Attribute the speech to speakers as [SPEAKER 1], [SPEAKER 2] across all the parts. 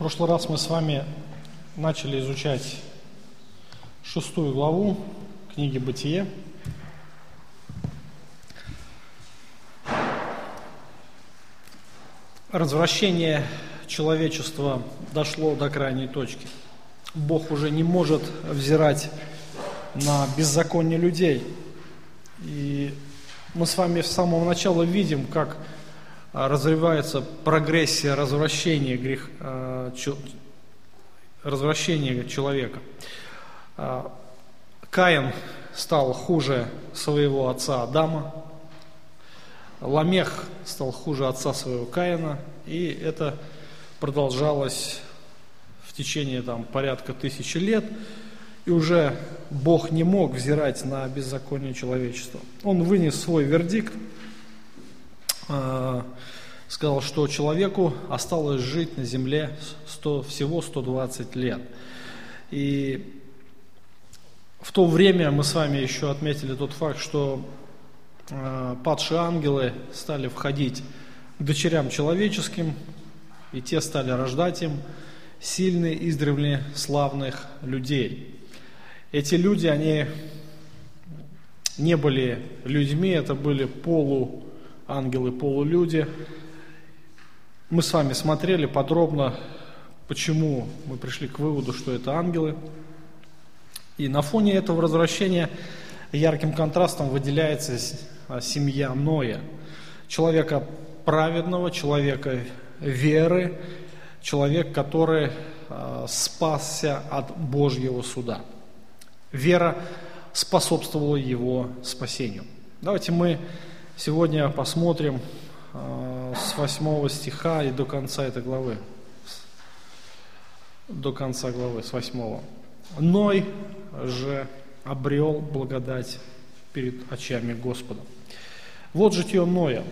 [SPEAKER 1] прошлый раз мы с вами начали изучать 6 главу книги «Бытие». Развращение человечества дошло до крайней точки. Бог уже не может взирать на беззаконие людей. И мы с вами с самого начала видим, как развивается прогрессия развращения человека. Каин стал хуже своего отца Адама, Ламех стал хуже отца своего Каина, и это продолжалось в течение порядка 1000 лет, и уже Бог не мог взирать на беззаконие человечества. Он вынес свой вердикт, сказал, что человеку осталось жить на земле всего 120 лет. И в то время мы с вами еще отметили тот факт, что падшие ангелы стали входить к дочерям человеческим, и те стали рождать им сильных, издревле славных людей. Эти люди, они не были людьми, это были полуангелы, полулюди. Мы с вами смотрели подробно, почему мы пришли к выводу, что это ангелы. И на фоне этого развращения ярким контрастом выделяется семья Ноя, человека праведного, человека веры, человек, который спасся от Божьего суда. Вера способствовала его спасению. Давайте мы сегодня посмотрим с 8 стиха и до конца этой главы. До конца главы, с 8. «Ной же обрел благодать перед очами Господа». Вот житие Ноя.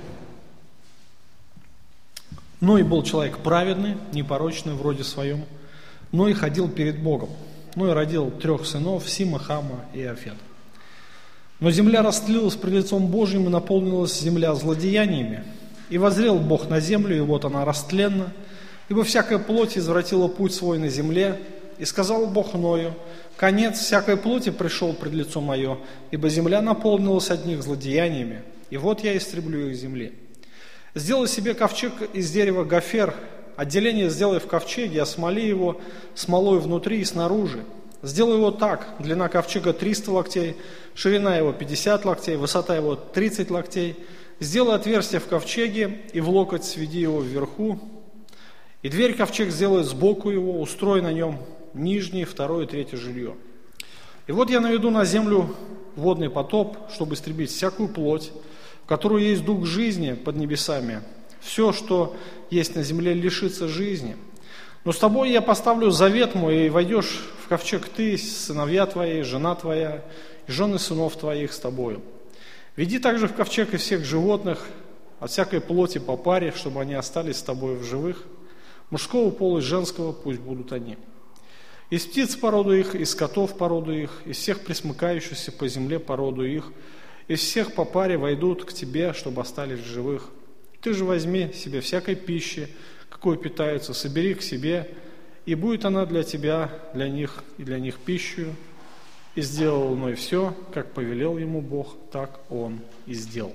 [SPEAKER 1] Ной был человек праведный, непорочный в роде своем. Ной ходил перед Богом. Ной родил 3 сынов: Сима, Хама и Иафета. Но земля растлилась пред лицом Божьим, и наполнилась земля злодеяниями. И воззрел Бог на землю, и вот она растленна, ибо всякая плоть извратила путь свой на земле. И сказал Бог Ною: конец всякой плоти пришел пред лицо мое, ибо земля наполнилась от них злодеяниями, и вот я истреблю их земли. Сделай себе ковчег из дерева гофер, отделение сделай в ковчеге, осмоли его смолой внутри и снаружи. Сделай его так: длина ковчега 300 локтей, ширина его 50 локтей, высота его 30 локтей. Сделай отверстие в ковчеге, и в локоть сведи его вверху. И дверь ковчег сделай сбоку его, устрой на нем нижнее, второе и третье жилье. И вот я наведу на землю водный потоп, чтобы истребить всякую плоть, в которой есть дух жизни под небесами. Все, что есть на земле, лишится жизни. Но с тобой я поставлю завет мой, и войдешь в ковчег ты, сыновья твои, жена твоя, и жены сынов твоих с тобою. Веди также в ковчег и всех животных, от всякой плоти по паре, чтобы они остались с тобой в живых. Мужского пола и женского пусть будут они. Из птиц породу их, из скотов породу их, из всех пресмыкающихся по земле породу их, из всех по паре войдут к тебе, чтобы остались в живых. Ты же возьми себе всякой пищи, какой питаются, собери к себе, и будет она для тебя, для них и для них пищей. И сделал Ной все, как повелел ему Бог, так он и сделал.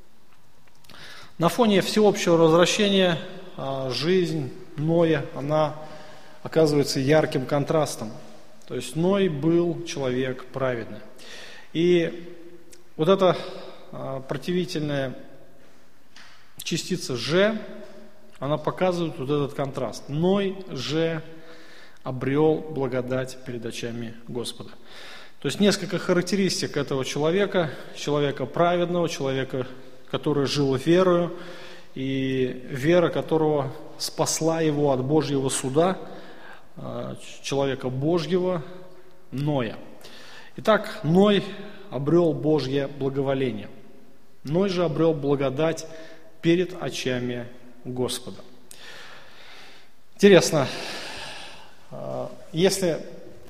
[SPEAKER 1] На фоне всеобщего развращения жизнь Ноя, она оказывается ярким контрастом. То есть Ной был человек праведный. И вот эта противительная частица «же», она показывает вот этот контраст. Ной же обрел благодать перед очами Господа. То есть несколько характеристик этого человека праведного, человека, который жил верою, и вера которого спасла его от Божьего суда, человека Божьего, Ноя. Итак, Ной обрел Божье благоволение. Ной же обрел благодать перед очами Господа. Интересно, если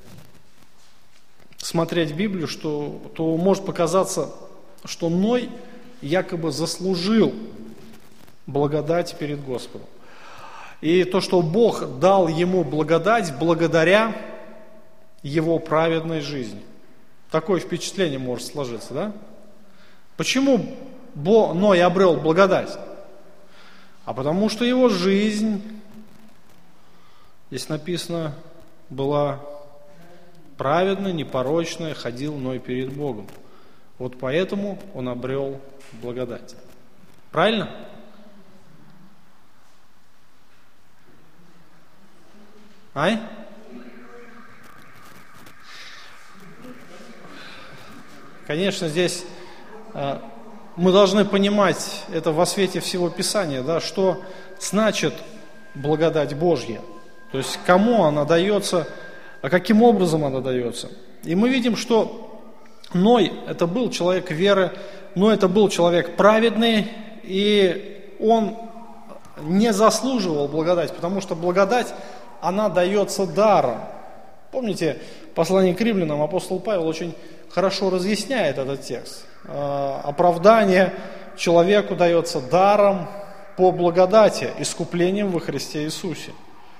[SPEAKER 1] смотреть Библию, то может показаться, что Ной якобы заслужил благодать перед Господом. И то, что Бог дал ему благодать благодаря его праведной жизни. Такое впечатление может сложиться, да? Почему Ной обрел благодать? А потому что его жизнь, здесь написано, была праведная, непорочная, ходил Ной перед Богом. Вот поэтому он обрел благодать. Правильно? Ай? Конечно, здесь мы должны понимать это во свете всего Писания, да, что значит благодать Божья. То есть кому она дается, а каким образом она дается. И мы видим, что Ной – это был человек веры, Ной – это был человек праведный, и он не заслуживал благодать, потому что благодать, она дается даром. Помните, в послании к римлянам апостол Павел очень хорошо разъясняет этот текст. Оправдание человеку дается даром по благодати, искуплением во Христе Иисусе.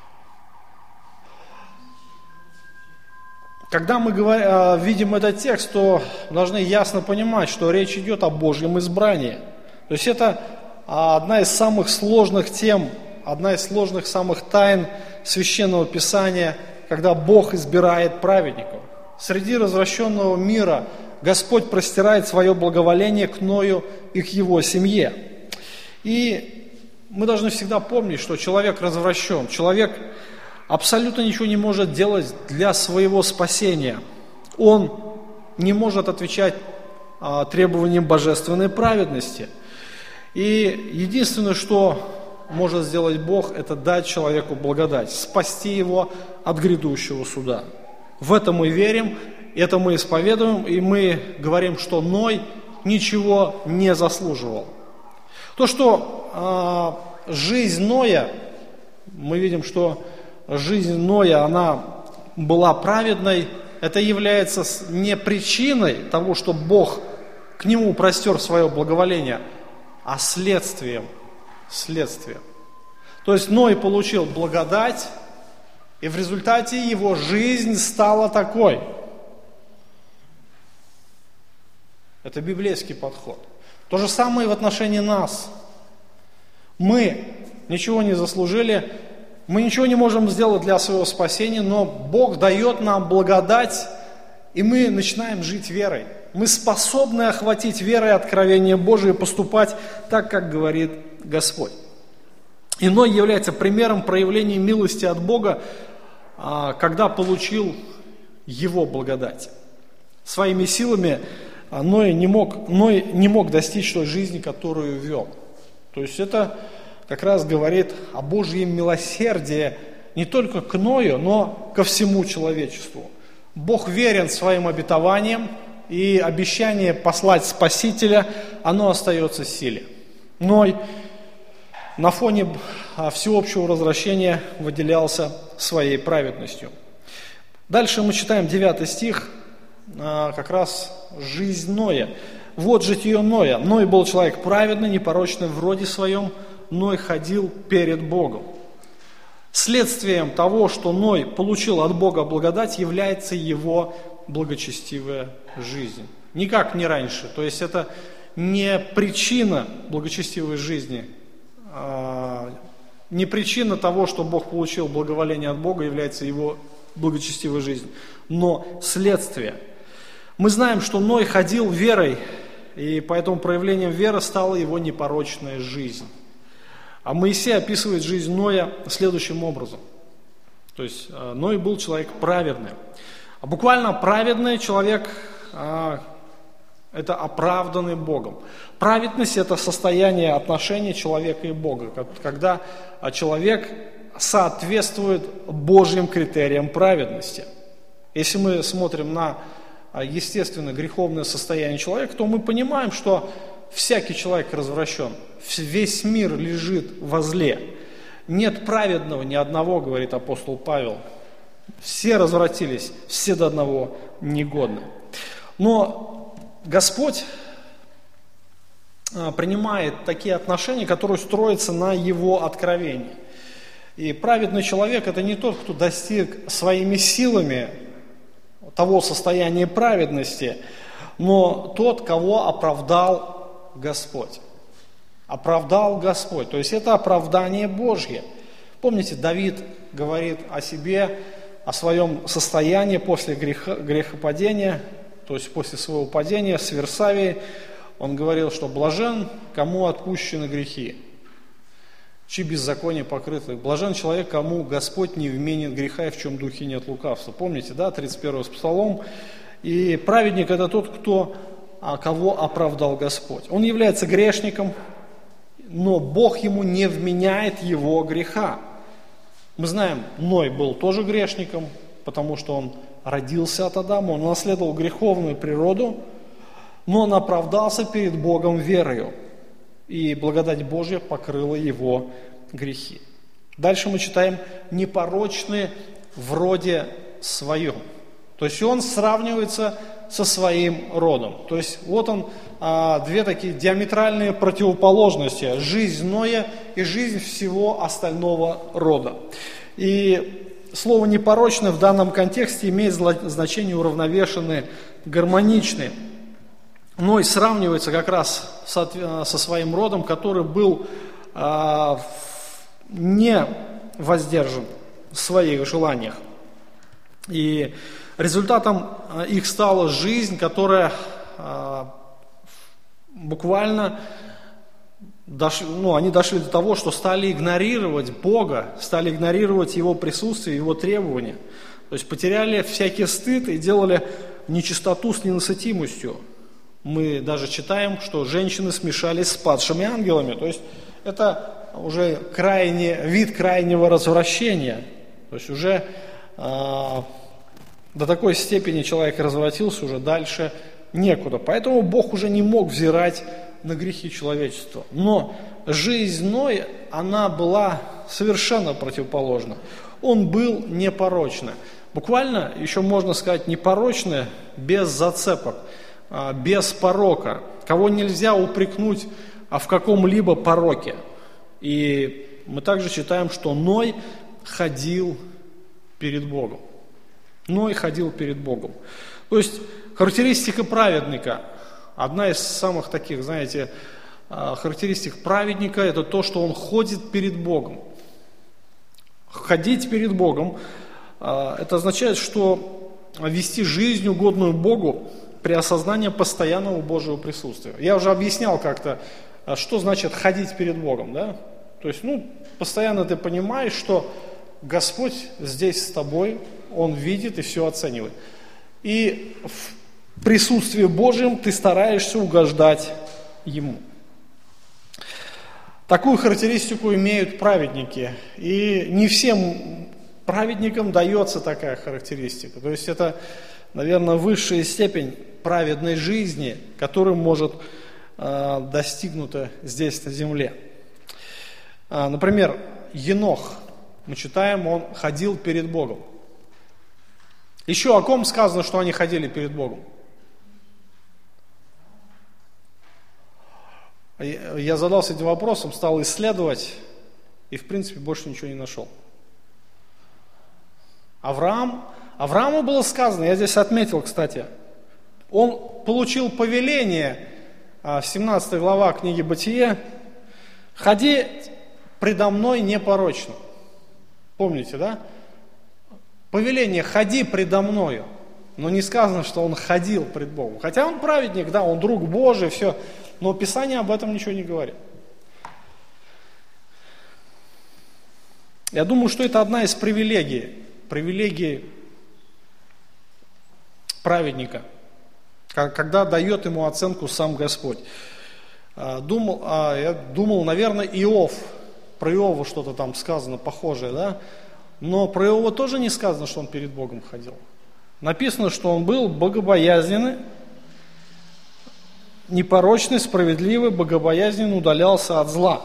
[SPEAKER 1] Когда мы видим этот текст, то должны ясно понимать, что речь идет о Божьем избрании. То есть это одна из самых сложных тем, одна из сложных самых тайн Священного Писания, когда Бог избирает праведников. Среди развращенного мира Господь простирает свое благоволение к Ною и к его семье. И мы должны всегда помнить, что человек развращен, человек абсолютно ничего не может делать для своего спасения. Он не может отвечать требованиям божественной праведности. И единственное, что может сделать Бог, это дать человеку благодать, спасти его от грядущего суда. В это мы верим, это мы исповедуем, и мы говорим, что Ной ничего не заслуживал. То, что жизнь Ноя, мы видим, что жизнь Ноя, она была праведной, это является не причиной того, что Бог к нему простер свое благоволение, а следствием. То есть Ной получил благодать, и в результате его жизнь стала такой. Это библейский подход. То же самое и в отношении нас. Мы ничего не заслужили, мы ничего не можем сделать для своего спасения, но Бог дает нам благодать, и мы начинаем жить верой. Мы способны охватить верой откровение Божие и поступать так, как говорит Господь. И Ной является примером проявления милости от Бога, когда получил Его благодать. Своими силами Ной не мог достичь той жизни, которую вел. То есть это как раз говорит о Божьем милосердии не только к Ною, но ко всему человечеству. Бог верен своим обетованиям, и обещание послать Спасителя, оно остается в силе. Ной на фоне всеобщего развращения выделялся своей праведностью. Дальше мы читаем 9 стих, как раз жизнь Ноя. Вот житие Ноя. Ной был человек праведный, непорочный в роде своем, Ной ходил перед Богом. Следствием того, что Ной получил от Бога благодать, является его благочестивая жизнь. Никак не раньше. То есть это не причина благочестивой жизни, не причина того, что Бог получил благоволение от Бога, является его благочестивой жизнь, но следствие. Мы знаем, что Ной ходил верой, и поэтому проявлением веры стала его непорочная жизнь. А Моисей описывает жизнь Ноя следующим образом. То есть Ной был человек праведный. А буквально праведный человек это оправданный Богом. Праведность – это состояние отношений человека и Бога, когда человек соответствует Божьим критериям праведности. Если мы смотрим на естественно греховное состояние человека, то мы понимаем, что всякий человек развращен, весь мир лежит во зле. Нет праведного ни одного, говорит апостол Павел. Все развратились, все до одного негодны. Но Господь принимает такие отношения, которые строятся на Его откровении. И праведный человек – это не тот, кто достиг своими силами того состояния праведности, но тот, кого оправдал Господь. Оправдал Господь. То есть это оправдание Божье. Помните, Давид говорит о себе, о своем состоянии после грехопадения, то есть после своего падения с Версавии. Он говорил, что блажен, кому отпущены грехи, чьи беззакония покрыты. Блажен человек, кому Господь не вменит греха и в чем духе нет лукавства. Помните, да, 31-й Псалом. И праведник – это тот, кого оправдал Господь. Он является грешником, но Бог ему не вменяет его греха. Мы знаем, Ной был тоже грешником, потому что он родился от Адама, он наследовал греховную природу, но он оправдался перед Богом верою, и благодать Божья покрыла его грехи. Дальше мы читаем «непорочны в роде своем». То есть он сравнивается со своим родом. То есть вот он, две такие диаметральные противоположности. Жизнь Ноя и жизнь всего остального рода. И слово «непорочное» в данном контексте имеет значение уравновешенное, гармоничное. Ной сравнивается как раз со своим родом, который был не воздержан в своих желаниях. И результатом их стала жизнь, которая буквально они дошли до того, что стали игнорировать Бога, стали игнорировать Его присутствие, Его требования. То есть потеряли всякий стыд и делали нечистоту с ненасытимостью. Мы даже читаем, что женщины смешались с падшими ангелами. То есть это уже вид крайнего развращения. То есть уже до такой степени человек развратился, уже дальше некуда. Поэтому Бог уже не мог взирать на грехи человечества. Но жизнь Ноя, она была совершенно противоположна. Он был непорочный. Буквально еще можно сказать непорочный, без зацепок, без порока. Кого нельзя упрекнуть в каком-либо пороке. И мы также читаем, что Ной ходил перед Богом. Ной ходил перед Богом. То есть характеристика праведника, одна из самых таких, знаете, характеристик праведника, это то, что он ходит перед Богом. Ходить перед Богом, это означает, что вести жизнь, угодную Богу, при осознании постоянного Божьего присутствия. Я уже объяснял как-то, что значит ходить перед Богом, да? То есть, постоянно ты понимаешь, что Господь здесь с тобой, Он видит и все оценивает. И в присутствии Божьем ты стараешься угождать Ему. Такую характеристику имеют праведники. И не всем праведникам дается такая характеристика. То есть это, наверное, высшая степень праведной жизни, которая может достигнута здесь, на земле. Например, Енох, мы читаем, он ходил перед Богом. Еще о ком сказано, что они ходили перед Богом? Я задался этим вопросом, стал исследовать, и в принципе больше ничего не нашел. Аврааму было сказано, я здесь отметил, кстати, он получил повеление, 17 глава книги Бытие, «Ходи предо мной непорочно». Помните, да? Повеление «ходи предо мною», но не сказано, что он ходил пред Богом. Хотя он праведник, да, он друг Божий, все, но Писание об этом ничего не говорит. Я думаю, что это одна из привилегий праведника, когда дает ему оценку сам Господь. Я думал, наверное, Иов, про Иова что-то там сказано похожее, да? Но про Иова тоже не сказано, что он перед Богом ходил. Написано, что он был богобоязненный, непорочный, справедливый, богобоязненный, удалялся от зла.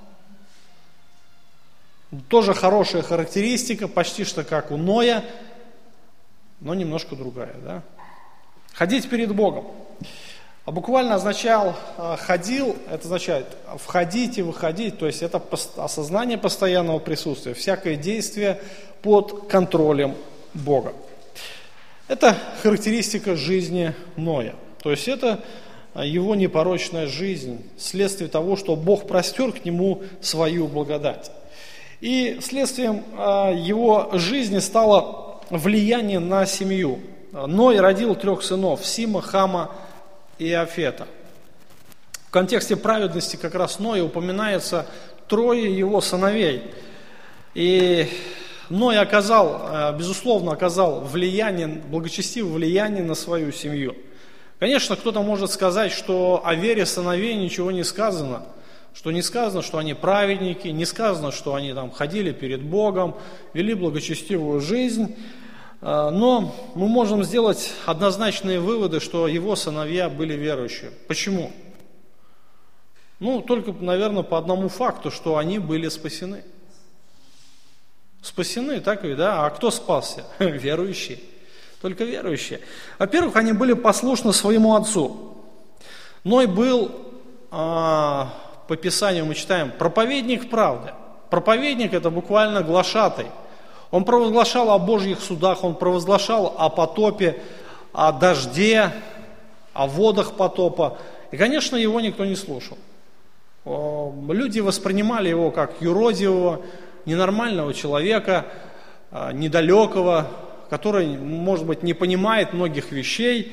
[SPEAKER 1] Тоже хорошая характеристика, почти что как у Ноя, но немножко другая, да? Ходить перед Богом. буквально означал ходил, это означает входить и выходить, то есть это осознание постоянного присутствия, всякое действие под контролем Бога. Это характеристика жизни Ноя, то есть это его непорочная жизнь, следствие того, что Бог простер к нему свою благодать. И следствием его жизни стало влияние на семью. Ной родил 3 сынов: Сима, Хама и Иафета. В контексте праведности как раз Ноя упоминается 3 его сыновей. И Ной безусловно, оказал благочестивое влияние на свою семью. Конечно, кто-то может сказать, что о вере сыновей ничего не сказано, что не сказано, что они праведники, не сказано, что они там ходили перед Богом, вели благочестивую жизнь. Но мы можем сделать однозначные выводы, что его сыновья были верующие. Почему? Только, наверное, по одному факту, что они были спасены. Спасены, так ведь, да? А кто спасся? Верующие. Только верующие. Во-первых, они были послушны своему отцу. Ной был, по Писанию мы читаем, проповедник правды. Проповедник – это буквально глашатай. Он провозглашал о Божьих судах, он провозглашал о потопе, о дожде, о водах потопа. И, конечно, его никто не слушал. Люди воспринимали его как юродивого, ненормального человека, недалекого, который, может быть, не понимает многих вещей.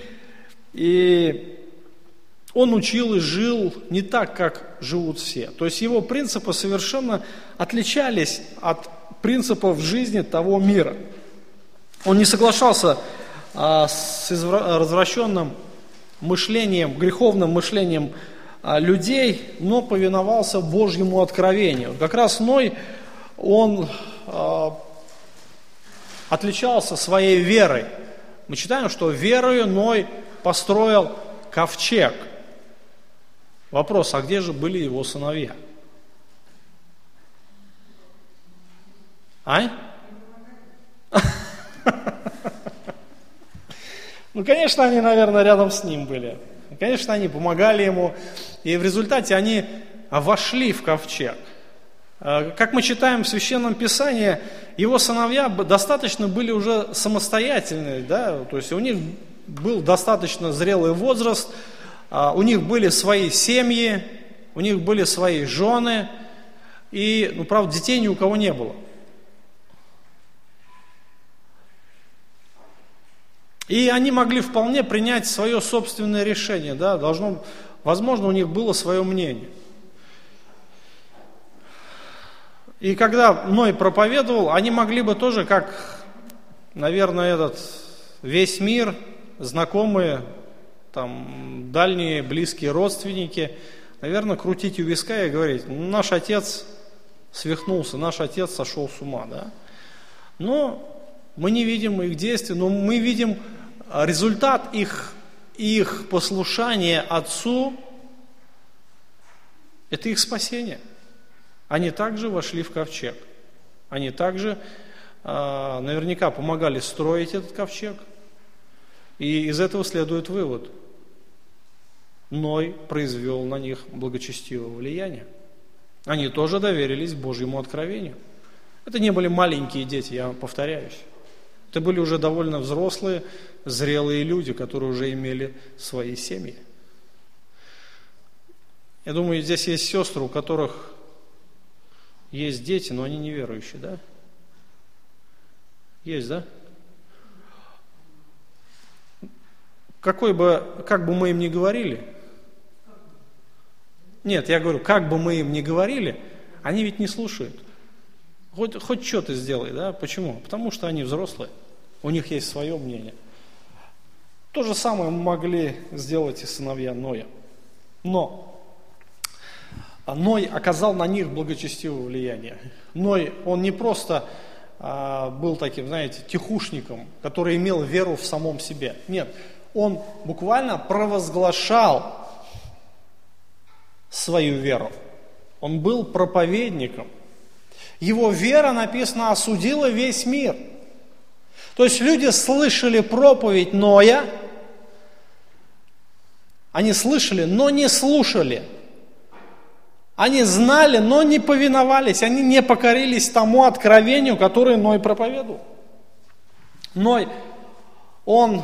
[SPEAKER 1] И он учил и жил не так, как живут все. То есть его принципы совершенно отличались от принципов жизни того мира. Он не соглашался с развращенным мышлением, греховным мышлением людей, но повиновался Божьему откровению. Как раз Ной, он отличался своей верой. Мы читаем, что верою Ной построил ковчег. Вопрос, а где же были его сыновья? Конечно, они, наверное, рядом с ним были. Конечно, они помогали ему. И в результате они вошли в ковчег. Как мы читаем в Священном Писании, его сыновья достаточно были уже самостоятельные, да? То есть у них был достаточно зрелый возраст, у них были свои семьи, у них были свои жены, и, правда, детей ни у кого не было. И они могли вполне принять свое собственное решение, да? Возможно, у них было свое мнение. И когда Ной проповедовал, они могли бы тоже, как, наверное, весь мир, знакомые, там, дальние, близкие родственники, наверное, крутить у виска и говорить: наш отец свихнулся, наш отец сошел с ума, да? Но мы не видим их действий, но мы видим результат их послушания отцу, это их спасение. Они также вошли в ковчег. Они также наверняка помогали строить этот ковчег. И из этого следует вывод. Ной произвел на них благочестивое влияние. Они тоже доверились Божьему откровению. Это не были маленькие дети, я повторяюсь. Это были уже довольно взрослые, зрелые люди, которые уже имели свои семьи. Я думаю, здесь есть сестры, у которых есть дети, но они неверующие, да? Есть, да? Как бы мы им ни говорили, нет, я говорю, как бы мы им ни говорили, они ведь не слушают. Хоть что ты сделай, да? Почему? Потому что они взрослые, у них есть свое мнение. То же самое могли сделать и сыновья Ноя. Но Ной оказал на них благочестивое влияние. Ной, он не просто был таким, знаете, тихушником, который имел веру в самом себе. Нет, он буквально провозглашал свою веру. Он был проповедником. Его вера, написано, осудила весь мир. То есть люди слышали проповедь Ноя, Они слышали, но не слушали. Они знали, но не повиновались. Они не покорились тому откровению, которое Ной проповедовал. Ной, он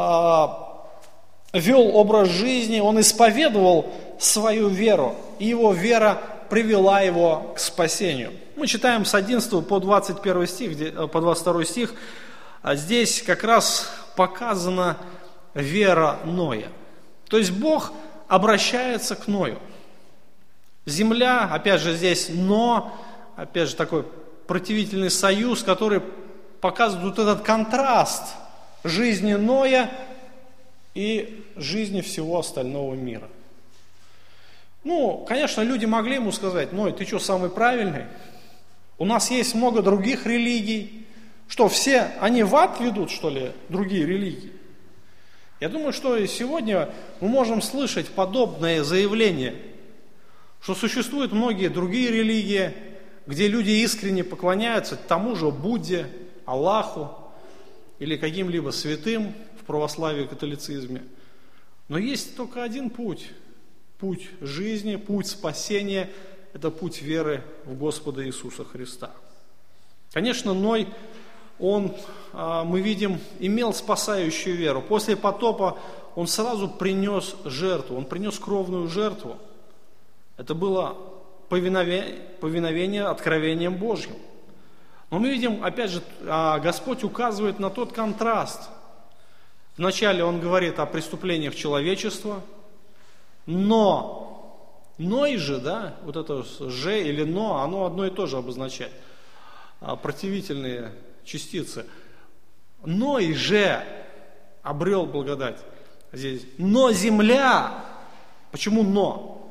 [SPEAKER 1] вел образ жизни, он исповедовал свою веру. И его вера привела его к спасению. Мы читаем с 11 по 21 стих, по 22 стих. Здесь как раз показана вера Ноя. То есть Бог обращается к Ною. Земля, опять же здесь но, опять же такой противительный союз, который показывает вот этот контраст жизни Ноя и жизни всего остального мира. Ну, конечно, люди могли ему сказать: Ной, ты что, самый правильный? У нас есть много других религий. Что, все они в ад ведут, что ли, другие религии? Я думаю, что и сегодня мы можем слышать подобное заявление, что существуют многие другие религии, где люди искренне поклоняются тому же Будде, Аллаху или каким-либо святым в православии и католицизме. Но есть только один путь. Путь жизни, путь спасения – это путь веры в Господа Иисуса Христа. Конечно, Ной, он, мы видим, имел спасающую веру. После потопа он сразу принес жертву, он принес кровную жертву. Это было повиновение откровением Божьим. Но мы видим, опять же, Господь указывает на тот контраст. Вначале Он говорит о преступлениях человечества, но Ной же, да, вот это «же» или «но», оно одно и то же обозначает. Противительные частицы. Ной же обрел благодать здесь. Но земля, почему «но»?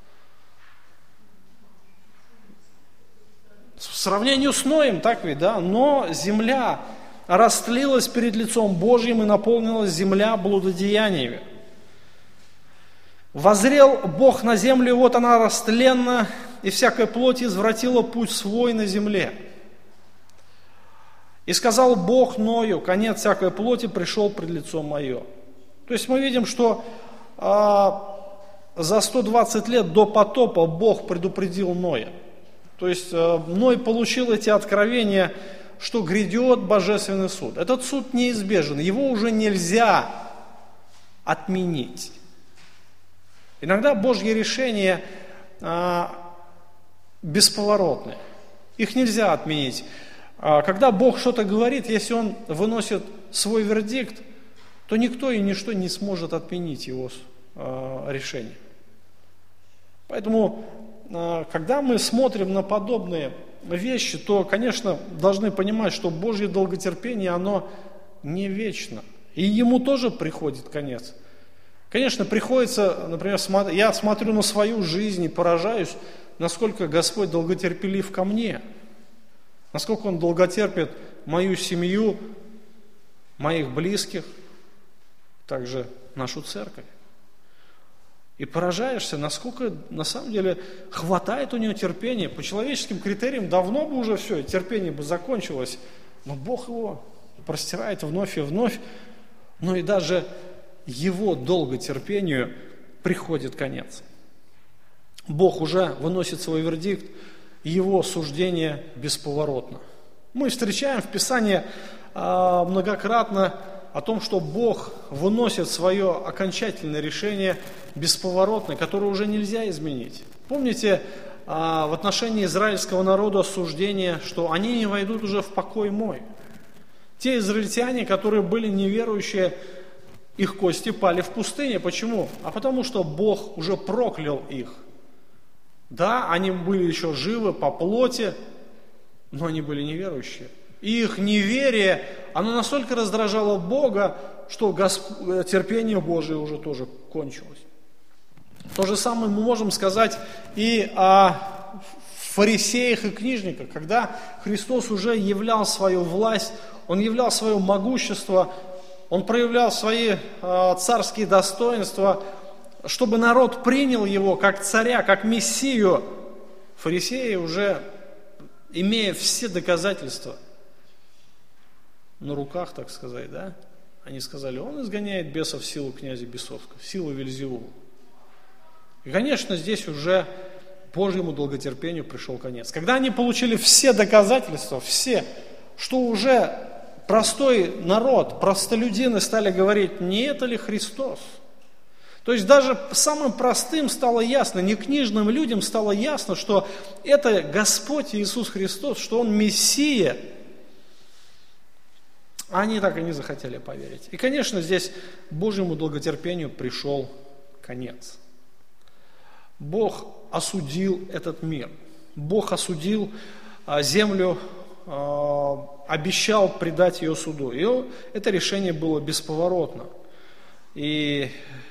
[SPEAKER 1] В сравнении с Ноем, так ведь, да? Но земля растлилась перед лицом Божьим и наполнилась земля блудодеяниями. Воззрел Бог на землю, и вот она растленна, и всякая плоть извратила путь свой на земле. И сказал Бог Ною: конец всякой плоти пришел пред лицом мое. То есть мы видим, что за 120 лет до потопа Бог предупредил Ноя. То есть Ной получил эти откровения, что грядет божественный суд. Этот суд неизбежен, его уже нельзя отменить. Иногда Божьи решения бесповоротны, их нельзя отменить. Когда Бог что-то говорит, если Он выносит свой вердикт, то никто и ничто не сможет отменить Его решение. Поэтому, когда мы смотрим на подобные вещи, то, конечно, должны понимать, что Божье долготерпение, оно не вечно. И Ему тоже приходит конец. Конечно, приходится, например, я смотрю на свою жизнь и поражаюсь, насколько Господь долготерпелив ко мне. Насколько Он долготерпит мою семью, моих близких, также нашу церковь. И поражаешься, насколько на самом деле хватает у Него терпения. По человеческим критериям давно бы уже все, терпение бы закончилось. Но Бог его простирает вновь и вновь. Но и даже Его долготерпению приходит конец. Бог уже выносит свой вердикт, Его суждение бесповоротно. Мы встречаем в Писании многократно о том, что Бог выносит свое окончательное решение бесповоротное, которое уже нельзя изменить. Помните в отношении израильского народа суждение, что они не войдут уже в покой мой. Те израильтяне, которые были неверующие, их кости пали в пустыне. Почему? А потому что Бог уже проклял их. Да, они были еще живы по плоти, но они были неверующие. И их неверие, оно настолько раздражало Бога, что терпение Божие уже тоже кончилось. То же самое мы можем сказать и о фарисеях и книжниках. Когда Христос уже являл свою власть, Он являл свое могущество, Он проявлял свои царские достоинства, чтобы народ принял Его как царя, как Мессию. Фарисеи уже, имея все доказательства на руках, так сказать, да, Они сказали: он изгоняет бесов в силу князя бесовского, в силу Вельзевула. И, конечно, здесь уже Божьему долготерпению пришел конец. Когда они получили все доказательства, все, что уже простой народ, простолюдины стали говорить: не это ли Христос? То есть даже самым простым стало ясно, некнижным людям стало ясно, что это Господь Иисус Христос, что Он Мессия. А они так и не захотели поверить. И, конечно, здесь Божьему долготерпению пришел конец. Бог осудил этот мир. Бог осудил землю, обещал предать ее суду. И это решение было бесповоротно. И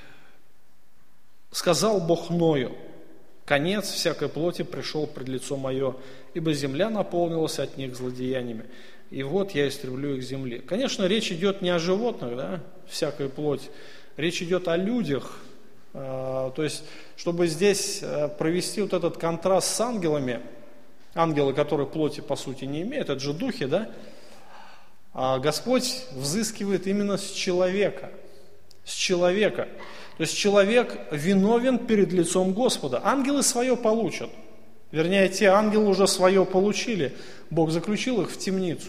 [SPEAKER 1] сказал Бог Ною: конец всякой плоти пришел пред лицо мое, ибо земля наполнилась от них злодеяниями. И вот я истреблю их с земли. Конечно, речь идет не о животных, да, всякая плоть. Речь идет о людях. То есть, чтобы здесь провести вот этот контраст с ангелами, ангелы, которые плоти по сути не имеют, это же духи, да, а Господь взыскивает именно с человека. С человека. То есть человек виновен перед лицом Господа. Ангелы свое получат. Вернее, те ангелы уже свое получили. Бог заключил их в темницу.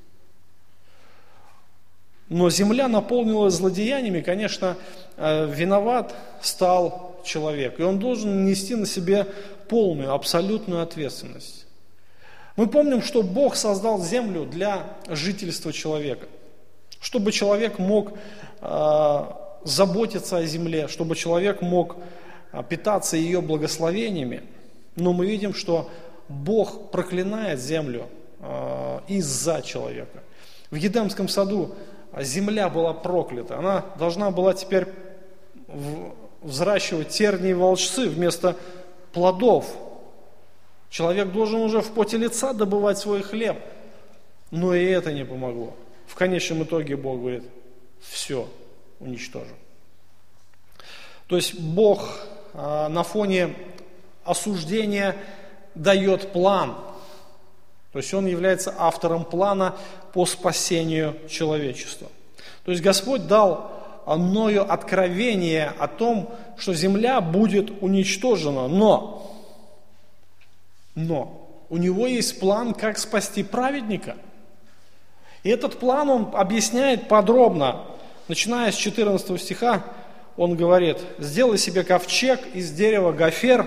[SPEAKER 1] Но земля наполнилась злодеяниями, конечно, виноват стал человек. И он должен нести на себе полную, абсолютную ответственность. Мы помним, что Бог создал землю для жительства человека. Чтобы человек мог заботиться о земле, чтобы человек мог питаться ее благословениями. Но мы видим, что Бог проклинает землю из-за человека. В Едемском саду земля была проклята. Она должна была теперь взращивать тернии и волчцы вместо плодов. Человек должен уже в поте лица добывать свой хлеб. Но и это не помогло. В конечном итоге Бог говорит: все, уничтожим. То есть Бог на фоне осуждения дает план. То есть Он является автором плана по спасению человечества. То есть Господь дал Ною откровение о том, что земля будет уничтожена, но у Него есть план, как спасти праведника. И этот план Он объясняет подробно. Начиная с 14 стиха, Он говорит: «Сделай себе ковчег из дерева гофер,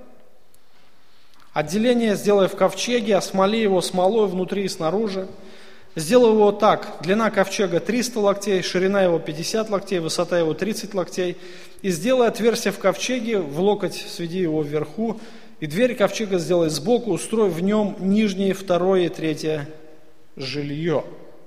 [SPEAKER 1] отделение сделай в ковчеге, осмоли его смолой внутри и снаружи. Сделай его так: длина ковчега 300 локтей, ширина его 50 локтей, высота его 30 локтей. И сделай отверстие в ковчеге, в локоть сведи его вверху, и дверь ковчега сделай сбоку, устрой в нем нижнее, второе и третье жилье».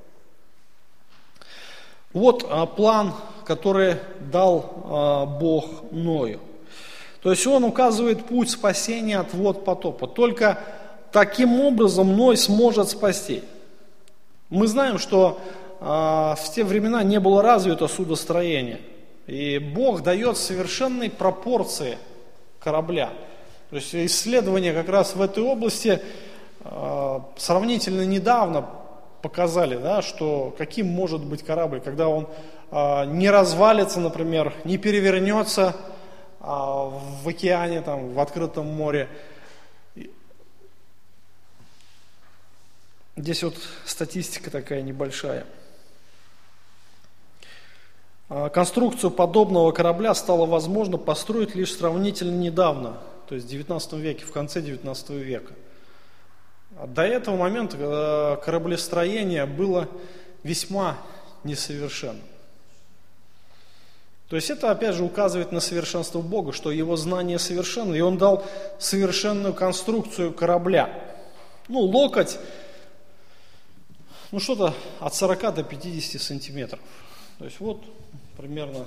[SPEAKER 1] Вот план, который дал Бог Ною. То есть он указывает путь спасения от вод потопа. Только таким образом Ной сможет спасти. Мы знаем, что в те времена не было развито судостроение. И Бог дает совершенные пропорции корабля. То есть исследования как раз в этой области сравнительно недавно показали, да, что каким может быть корабль, когда он не развалится, например, не перевернется в океане, там, в открытом море. Здесь вот статистика такая небольшая. Конструкцию подобного корабля стало возможно построить лишь сравнительно недавно, то есть в 19 веке, в конце 19 века. До этого момента кораблестроение было весьма несовершенным. То есть это опять же указывает на совершенство Бога, что Его знание совершенно, и Он дал совершенную конструкцию корабля. Локоть, что-то от 40 до 50 сантиметров. То есть вот примерно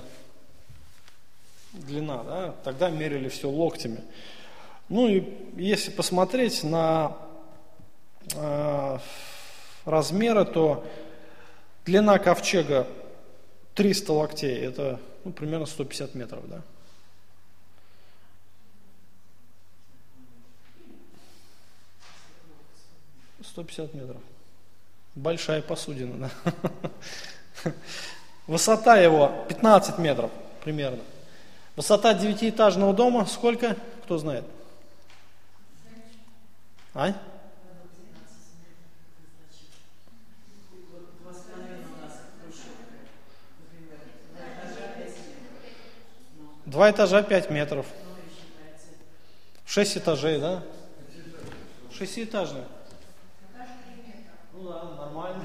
[SPEAKER 1] длина, да? Тогда мерили все локтями. И если посмотреть на размеры, то длина ковчега 300 локтей, это примерно 150 метров, да? — 150 метров. Большая посудина, да? Высота его 15 метров примерно. Высота 9-этажного дома сколько? Кто знает? А? Два этажа 5 метров. 6 этажей, да? 6-этажный. Ну да, нормально.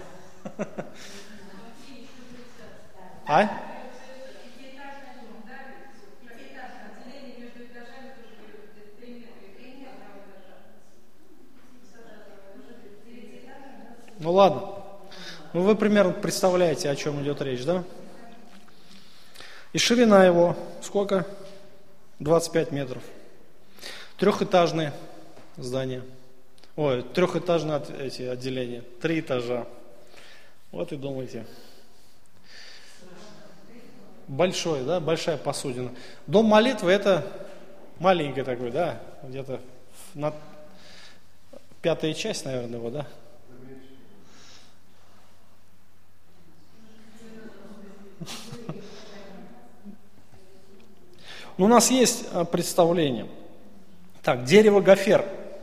[SPEAKER 1] А? Ну ладно. Ну вы примерно представляете, о чем идет речь, да? И ширина его сколько? 25 метров. Трехэтажное здание. Ой, трехэтажное эти отделения. 3 этажа. Вот и думайте. Большой, да, большая посудина. Дом молитвы это маленький такой, да, где-то на 5-я часть, наверное, его, да. У нас есть представление. Так, дерево гофер.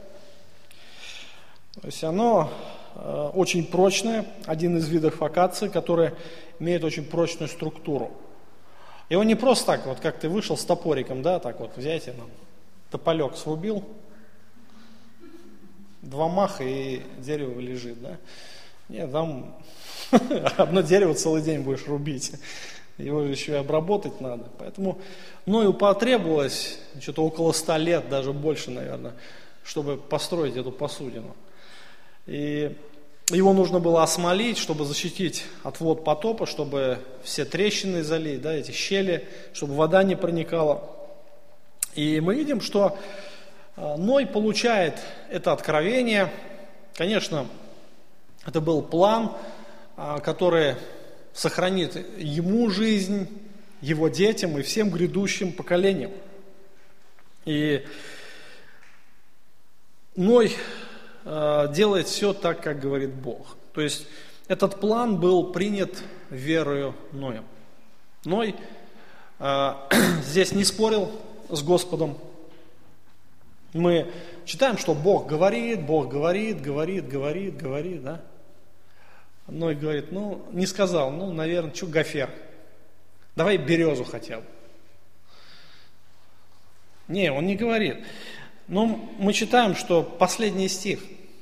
[SPEAKER 1] То есть оно очень прочное, один из видов акации, который имеет очень прочную структуру. Его не просто так, вот как ты вышел с топориком, да, так вот взять и тополек срубил, 2 маха и дерево лежит, да. Нет, там одно дерево целый день будешь рубить. Его еще и обработать надо. Поэтому Ною потребовалось что-то около 100 лет, даже больше, наверное, чтобы построить эту посудину. И его нужно было осмолить, чтобы защитить от вод потопа, чтобы все трещины залить, да, эти щели, чтобы вода не проникала. И мы видим, что Ной получает это откровение. Конечно, это был план, который сохранит ему жизнь, его детям и всем грядущим поколениям. И Ной делает все так, как говорит Бог. То есть этот план был принят верою Ноя. Ной здесь не спорил с Господом. Мы читаем, что Бог говорит, да? Ной говорит, не сказал, наверное, что гофер? Давай березу хотя бы. Не, он не говорит. Но мы читаем, что последний стих.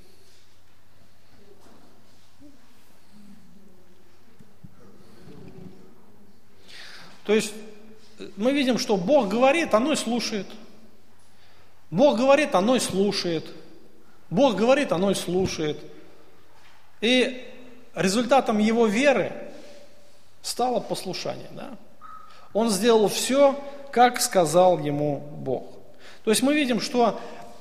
[SPEAKER 1] То есть мы видим, что Бог говорит, оно и слушает. Бог говорит, оно и слушает. Бог говорит, оно и слушает. И результатом его веры стало послушание. Да? Он сделал все, как сказал ему Бог. То есть мы видим, что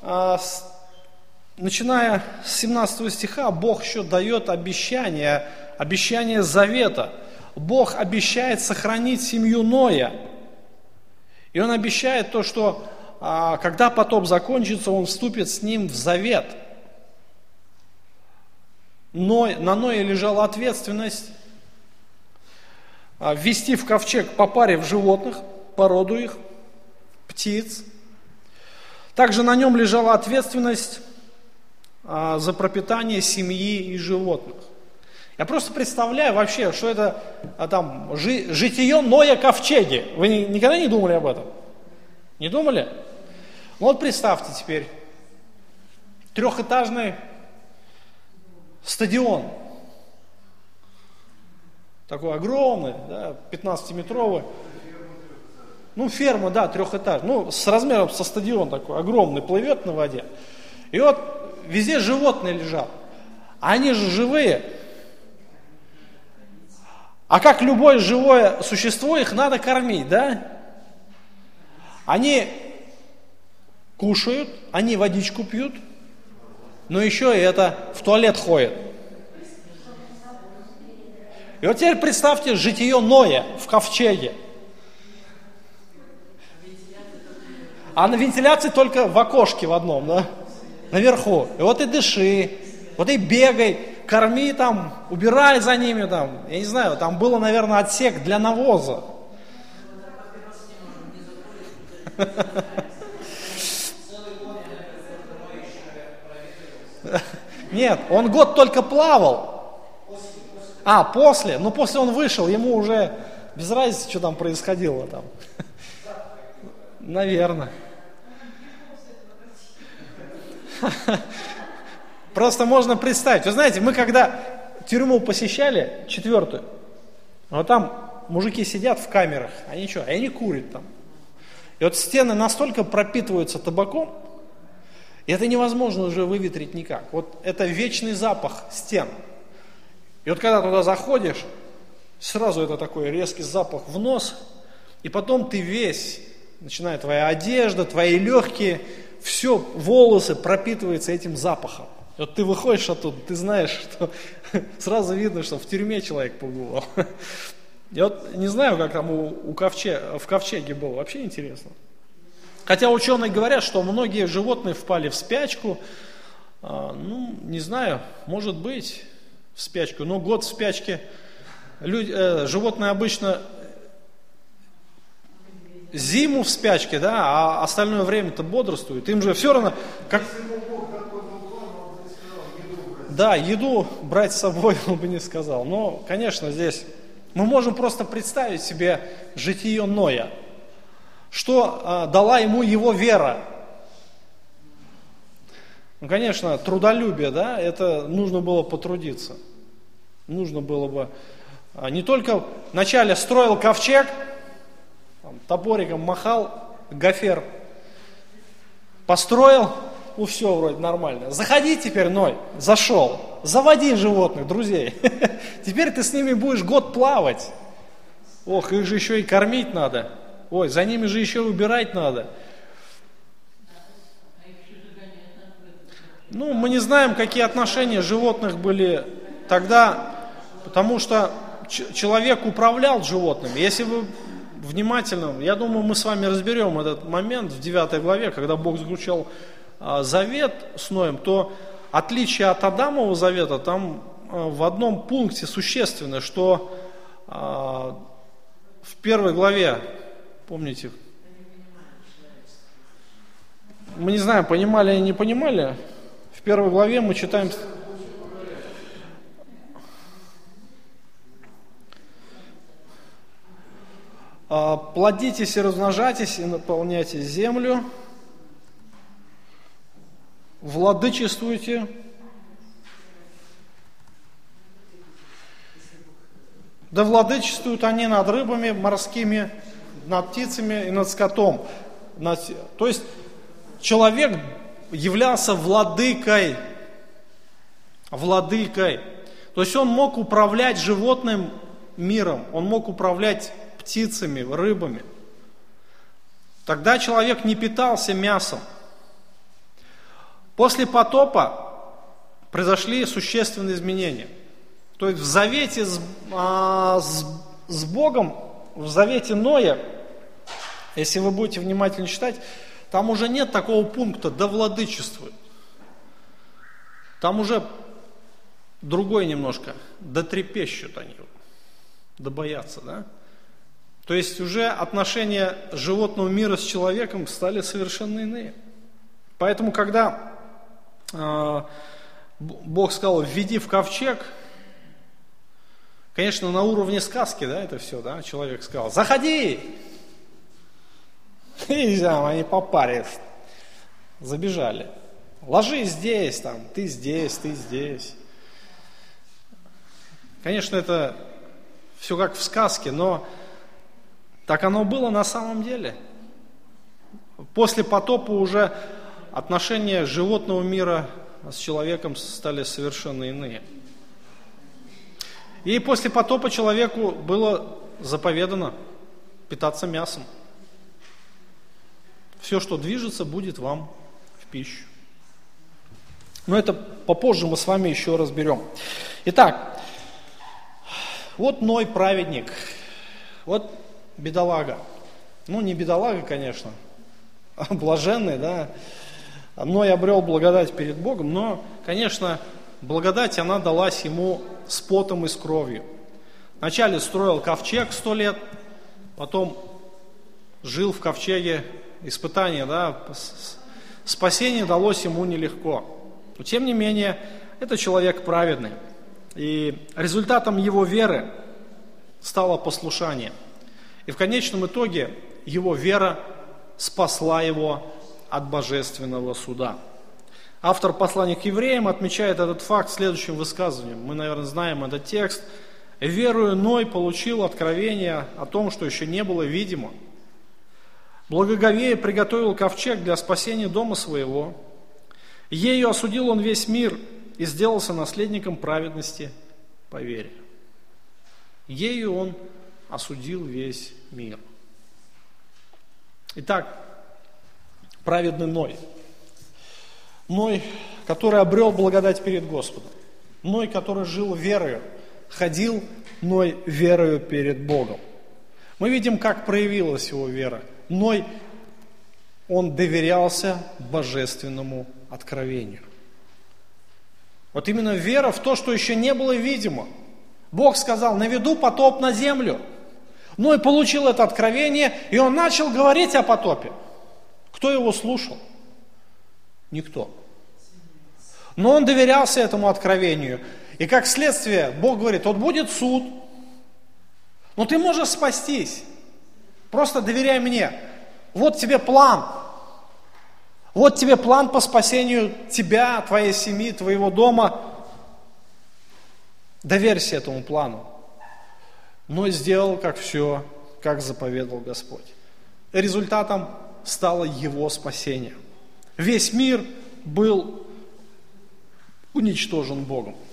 [SPEAKER 1] начиная с 17 стиха Бог еще дает обещание завета. Бог обещает сохранить семью Ноя. И Он обещает то, что когда потоп закончится, Он вступит с ним в завет. На Ное лежала ответственность ввести в ковчег по паре в животных, породу их, птиц. Также на нем лежала ответственность за пропитание семьи и животных. Я просто представляю вообще, что это житие Ноя ковчеги. Вы никогда не думали об этом? Не думали? Ну вот представьте теперь, 3-этажный стадион, такой огромный, да, 15-метровый, ферма, да, 3-этажная, с размером со стадион такой, огромный, плывет на воде. И вот везде животные лежат, они же живые. А как любое живое существо, их надо кормить, да? Они кушают, они водичку пьют, но еще и в туалет ходят. И вот теперь представьте житие Ноя в ковчеге. А на вентиляции только в окошке в одном, да? Наверху. И вот и дыши, вот и бегай, корми там, убирай за ними там. Я не знаю, там было, наверное, отсек для навоза. Нет, он год только плавал. После. Ну, после он вышел, ему уже без разницы, что там происходило там. Наверное. Просто можно представить. Вы знаете, мы когда тюрьму посещали, 4-ю, вот там мужики сидят в камерах, они что? Они курят там. И вот стены настолько пропитываются табаком, и это невозможно уже выветрить никак. Вот это вечный запах стен. И вот когда туда заходишь, сразу это такой резкий запах в нос, и потом ты весь, начиная твоя одежда, твои легкие, все, волосы пропитываются этим запахом. И вот ты выходишь оттуда, ты знаешь, что сразу видно, что в тюрьме человек побывал. Я вот не знаю, как там в ковчеге было, вообще интересно. Хотя ученые говорят, что многие животные впали в спячку. Не знаю, может быть в спячку, но год в спячке. Животные обычно зиму в спячке, да, а остальное время-то бодрствуют. Им же все равно, как... Да, еду брать с собой он бы не сказал. Но, конечно, здесь мы можем просто представить себе житие Ноя. Что дала ему его вера? Ну, конечно, трудолюбие, да, это нужно было потрудиться. Нужно было бы не только вначале строил ковчег, там, топориком махал, гофер, построил, все вроде нормально. Заходи теперь, Ной, зашел, заводи животных, друзей. Теперь ты с ними будешь год плавать. Ох, их же еще и кормить надо. Ой, за ними же еще убирать надо. Мы не знаем, какие отношения животных были тогда, потому что человек управлял животными. Если вы внимательно, я думаю, мы с вами разберем этот момент в 9 главе, когда Бог заключал завет с Ноем, то отличие от Адамового завета там в одном пункте существенно, что в 1 главе, помните, мы не знаем, понимали или не понимали, в 1 главе мы читаем: плодитесь и размножайтесь, и наполняйте землю, владычествуйте, да владычествуют они над рыбами морскими, над птицами и над скотом. То есть человек являлся владыкой. То есть он мог управлять животным миром, он мог управлять птицами, рыбами. Тогда человек не питался мясом. После потопа произошли существенные изменения. То есть в завете с Богом, в завете Ноя, если вы будете внимательно читать, там уже нет такого пункта «да владычествует». Там уже другой немножко, да трепещут они, да боятся, да? То есть уже отношения животного мира с человеком стали совершенно иные. Поэтому, когда Бог сказал: введи в ковчег, конечно, на уровне сказки, да, это все, да, человек сказал: заходи! И они попарились, забежали. Ложись здесь, там, ты здесь, ты здесь. Конечно, это все как в сказке, но так оно было на самом деле. После потопа уже отношения животного мира с человеком стали совершенно иные. И после потопа человеку было заповедано питаться мясом. Все, что движется, будет вам в пищу. Но это попозже мы с вами еще разберем. Итак, вот Ной праведник, вот бедолага. Не бедолага, конечно, а блаженный, да. Ной обрел благодать перед Богом, но, конечно, Благодать, она далась ему с потом и с кровью. Вначале строил ковчег 100 лет, потом жил в ковчеге, испытание, спасение далось ему нелегко. Но тем не менее, это человек праведный. И результатом его веры стало послушание. И в конечном итоге его вера спасла его от божественного суда. Автор послания к евреям отмечает этот факт следующим высказыванием. Мы, наверное, знаем этот текст. «Веруя Ной получил откровение о том, что еще не было видимо. Благоговея приготовил ковчег для спасения дома своего. Ею осудил он весь мир и сделался наследником праведности по вере». Ею он осудил весь мир. Итак, праведный Ной. Ной, который обрел благодать перед Господом. Ной, который жил верою, ходил Ной верою перед Богом. Мы видим, как проявилась его вера. Ной, он доверялся божественному откровению. Вот именно вера в то, что еще не было видимо. Бог сказал: наведу потоп на землю. Ной получил это откровение, и он начал говорить о потопе. Кто его слушал? Никто. Но он доверялся этому откровению. И как следствие, Бог говорит: вот будет суд, но ты можешь спастись. Просто доверяй мне. Вот тебе план. Вот тебе план по спасению тебя, твоей семьи, твоего дома. Доверься этому плану. Но сделал как заповедал Господь. Результатом стало его спасение. Весь мир был уничтожен Богом.